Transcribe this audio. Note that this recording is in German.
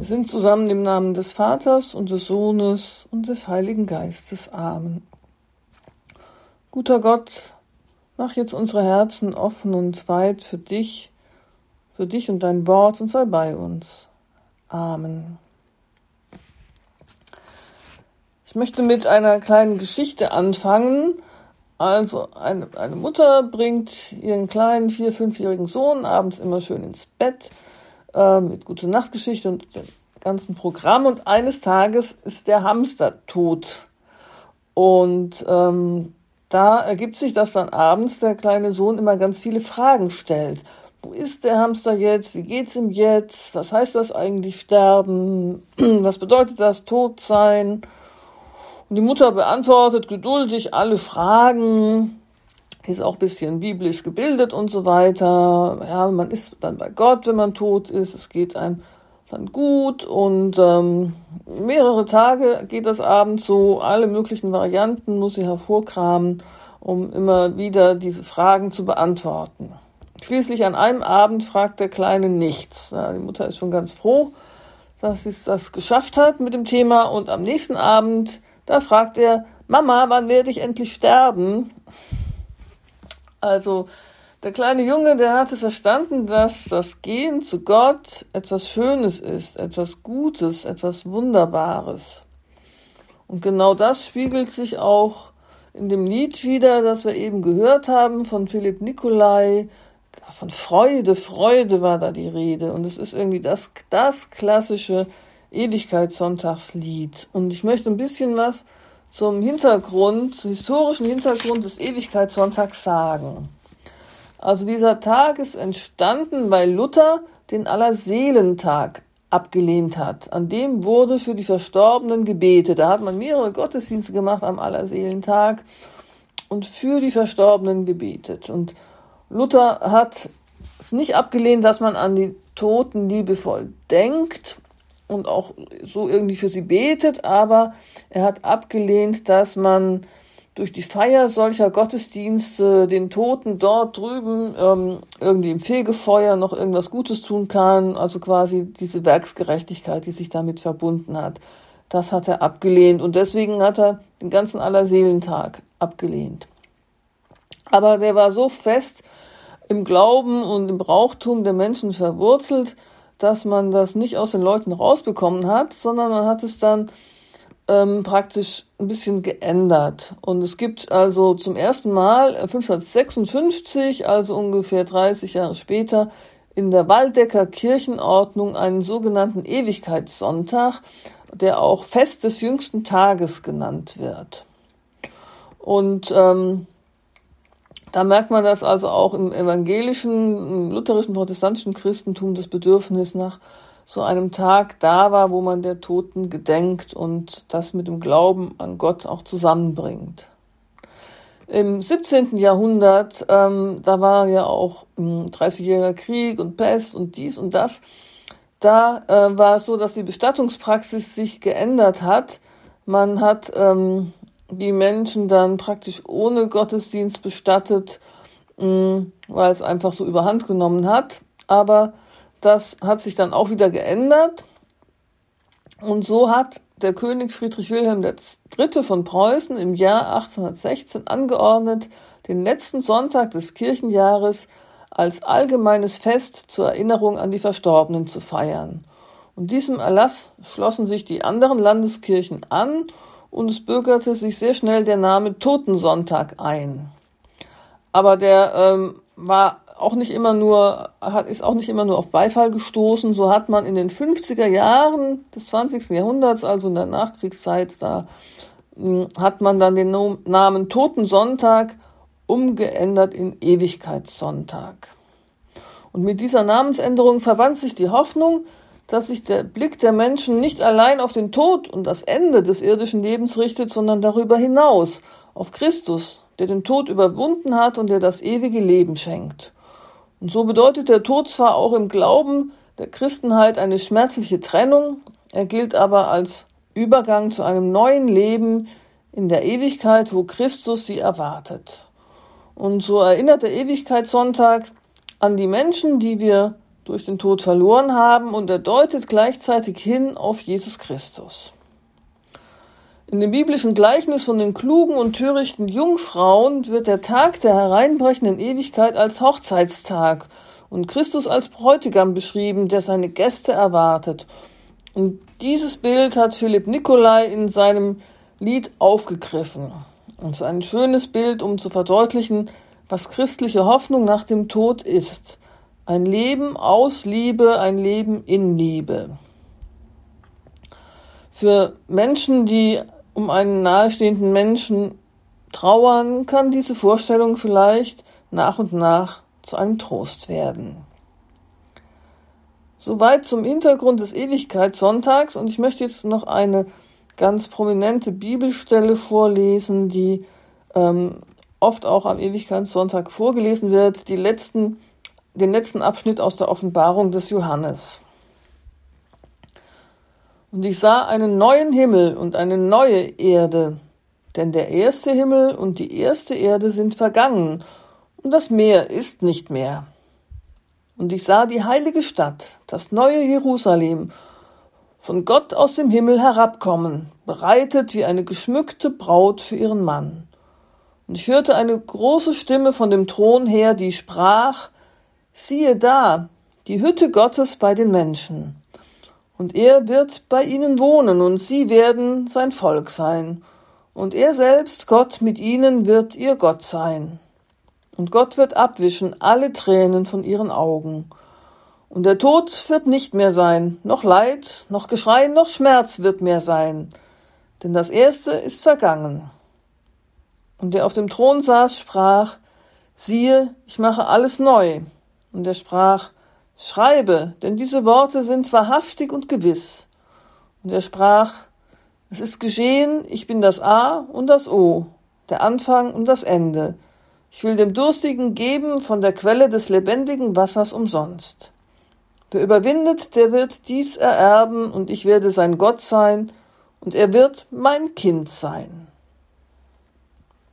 Wir sind zusammen im Namen des Vaters und des Sohnes und des Heiligen Geistes. Amen. Guter Gott, mach jetzt unsere Herzen offen und weit für dich und dein Wort und sei bei uns. Amen. Ich möchte mit einer kleinen Geschichte anfangen. Also eine Mutter bringt ihren kleinen 4-, 5-jährigen Sohn abends immer schön ins Bett mit Gute-Nacht-Geschichte und dem ganzen Programm. Und eines Tages ist der Hamster tot. Und da ergibt sich, dass dann abends der kleine Sohn immer ganz viele Fragen stellt. Wo ist der Hamster jetzt? Wie geht's ihm jetzt? Was heißt das eigentlich sterben? Was bedeutet das tot sein? Und die Mutter beantwortet geduldig alle Fragen, ist auch ein bisschen biblisch gebildet und so weiter. Ja, man ist dann bei Gott, wenn man tot ist. Es geht einem dann gut und mehrere Tage geht das abends so. Alle möglichen Varianten muss sie hervorkramen, um immer wieder diese Fragen zu beantworten. Schließlich an einem Abend fragt der Kleine nichts. Ja, die Mutter ist schon ganz froh, dass sie das geschafft hat mit dem Thema. Und am nächsten Abend, da fragt er: Mama, wann werde ich endlich sterben? Also der kleine Junge, der hatte verstanden, dass das Gehen zu Gott etwas Schönes ist, etwas Gutes, etwas Wunderbares. Und genau das spiegelt sich auch in dem Lied wieder, das wir eben gehört haben von Philipp Nicolai. Von Freude, Freude war da die Rede. Und es ist irgendwie das klassische Ewigkeitssonntagslied. Und ich möchte ein bisschen was zum historischen Hintergrund des Ewigkeitssonntags sagen. Also dieser Tag ist entstanden, weil Luther den Allerseelentag abgelehnt hat. An dem wurde für die Verstorbenen gebetet. Da hat man mehrere Gottesdienste gemacht am Allerseelentag und für die Verstorbenen gebetet. Und Luther hat es nicht abgelehnt, dass man an die Toten liebevoll denkt und auch so irgendwie für sie betet, aber er hat abgelehnt, dass man durch die Feier solcher Gottesdienste den Toten dort drüben irgendwie im Fegefeuer noch irgendwas Gutes tun kann, also quasi diese Werksgerechtigkeit, die sich damit verbunden hat. Das hat er abgelehnt und deswegen hat er den ganzen Allerseelentag abgelehnt. Aber der war so fest im Glauben und im Brauchtum der Menschen verwurzelt, dass man das nicht aus den Leuten rausbekommen hat, sondern man hat es dann praktisch ein bisschen geändert. Und es gibt also zum ersten Mal 1556, also ungefähr 30 Jahre später, in der Waldecker Kirchenordnung einen sogenannten Ewigkeitssonntag, der auch Fest des jüngsten Tages genannt wird. Und da merkt man, dass also auch im evangelischen, im lutherischen, protestantischen Christentum das Bedürfnis nach so einem Tag da war, wo man der Toten gedenkt und das mit dem Glauben an Gott auch zusammenbringt. Im 17. Jahrhundert, da war ja auch 30-jähriger Krieg und Pest und dies und das, da war es so, dass die Bestattungspraxis sich geändert hat. Man hat die Menschen dann praktisch ohne Gottesdienst bestattet, weil es einfach so überhand genommen hat. Aber das hat sich dann auch wieder geändert. Und so hat der König Friedrich Wilhelm III. Von Preußen im Jahr 1816 angeordnet, den letzten Sonntag des Kirchenjahres als allgemeines Fest zur Erinnerung an die Verstorbenen zu feiern. Und diesem Erlass schlossen sich die anderen Landeskirchen an und es bürgerte sich sehr schnell der Name Totensonntag ein. Aber der ist auch nicht immer nur auf Beifall gestoßen. So hat man in den 50er Jahren des 20. Jahrhunderts, also in der Nachkriegszeit, da hat man dann den Namen Totensonntag umgeändert in Ewigkeitssonntag. Und mit dieser Namensänderung verband sich die Hoffnung, dass sich der Blick der Menschen nicht allein auf den Tod und das Ende des irdischen Lebens richtet, sondern darüber hinaus auf Christus, der den Tod überwunden hat und der das ewige Leben schenkt. Und so bedeutet der Tod zwar auch im Glauben der Christenheit eine schmerzliche Trennung, er gilt aber als Übergang zu einem neuen Leben in der Ewigkeit, wo Christus sie erwartet. Und so erinnert der Ewigkeitssonntag an die Menschen, die wir durch den Tod verloren haben, und er deutet gleichzeitig hin auf Jesus Christus. In dem biblischen Gleichnis von den klugen und törichten Jungfrauen wird der Tag der hereinbrechenden Ewigkeit als Hochzeitstag und Christus als Bräutigam beschrieben, der seine Gäste erwartet. Und dieses Bild hat Philipp Nicolai in seinem Lied aufgegriffen. Und so ein schönes Bild, um zu verdeutlichen, was christliche Hoffnung nach dem Tod ist. Ein Leben aus Liebe, ein Leben in Liebe. Für Menschen, die um einen nahestehenden Menschen trauern, kann diese Vorstellung vielleicht nach und nach zu einem Trost werden. Soweit zum Hintergrund des Ewigkeitssonntags, und ich möchte jetzt noch eine ganz prominente Bibelstelle vorlesen, die oft auch am Ewigkeitssonntag vorgelesen wird, den letzten Abschnitt aus der Offenbarung des Johannes. Und ich sah einen neuen Himmel und eine neue Erde, denn der erste Himmel und die erste Erde sind vergangen, und das Meer ist nicht mehr. Und ich sah die heilige Stadt, das neue Jerusalem, von Gott aus dem Himmel herabkommen, bereitet wie eine geschmückte Braut für ihren Mann. Und ich hörte eine große Stimme von dem Thron her, die sprach: Siehe da, die Hütte Gottes bei den Menschen. Und er wird bei ihnen wohnen, und sie werden sein Volk sein. Und er selbst, Gott mit ihnen, wird ihr Gott sein. Und Gott wird abwischen alle Tränen von ihren Augen. Und der Tod wird nicht mehr sein, noch Leid, noch Geschrei, noch Schmerz wird mehr sein. Denn das Erste ist vergangen. Und der auf dem Thron saß, sprach: Siehe, ich mache alles neu. Und er sprach: Schreibe, denn diese Worte sind wahrhaftig und gewiss. Und er sprach: Es ist geschehen, ich bin das A und das O, der Anfang und das Ende. Ich will dem Durstigen geben von der Quelle des lebendigen Wassers umsonst. Wer überwindet, der wird dies ererben, und ich werde sein Gott sein, und er wird mein Kind sein.